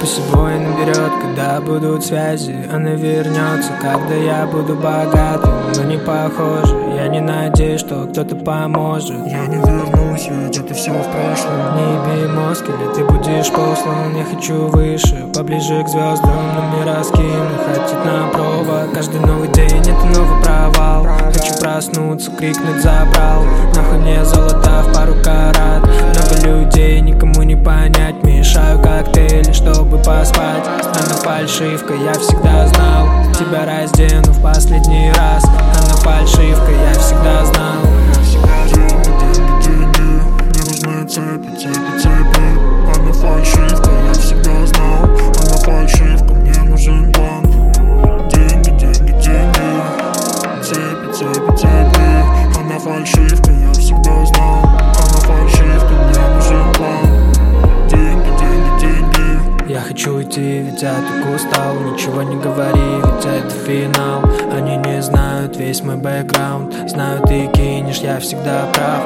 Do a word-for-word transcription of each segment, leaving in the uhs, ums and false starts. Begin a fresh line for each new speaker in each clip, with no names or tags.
собой наберет, когда будут связи. Она вернется, когда я буду богатым. Но не похоже, я не надеюсь, что кто-то поможет.
Я не вернусь, ведь это все в прошлом.
Не еби мозг, или ты будешь послан. Я хочу выше, поближе к звездам. Номера скину, хватит на провод. Каждый новый день это новый провал. Хочу проснуться, крикнуть забрал. Нахуй мне золото в пару карат. Много людей, никому не понять. Мешаю коктейли, чтобы поспать. Она фальшивка, я всегда знал. Тебя раздену в последний раз. Она фальшивка, я всегда знал.
Деньги, деньги, деньги. Мне нужны цепи, цепи, цепи. Она фальшивка, я всегда знал. Она фальшивка, мне нужен план. Деньги, деньги, деньги. Цепи, цепи, цепи. Она фальшивка, я всегда знал. Она фальшивка, мне нужен план. Деньги, деньги, деньги.
Я хочу уйти, ведь я так устал. Ничего не говори, ведь это финал. Они не знают весь мой бэкграунд. Знаю, ты кинешь, я всегда прав.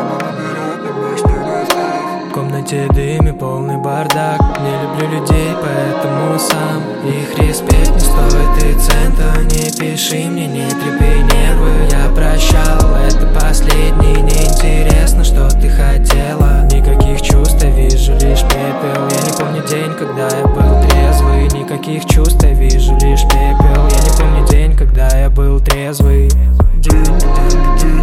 В комнате дым и полный бардак. Не люблю людей, поэтому сам их респект не стоит и цента. Не пиши мне, не трепи нервы. Я прощал, это последний. Неинтересно, что ты хотела. Никаких чувств, я вижу лишь пепел. Я не помню день, когда я был трезвый. Никаких чувств, я вижу лишь пепел. Я не помню день, когда я был трезвый.
Деньги, деньги, деньги.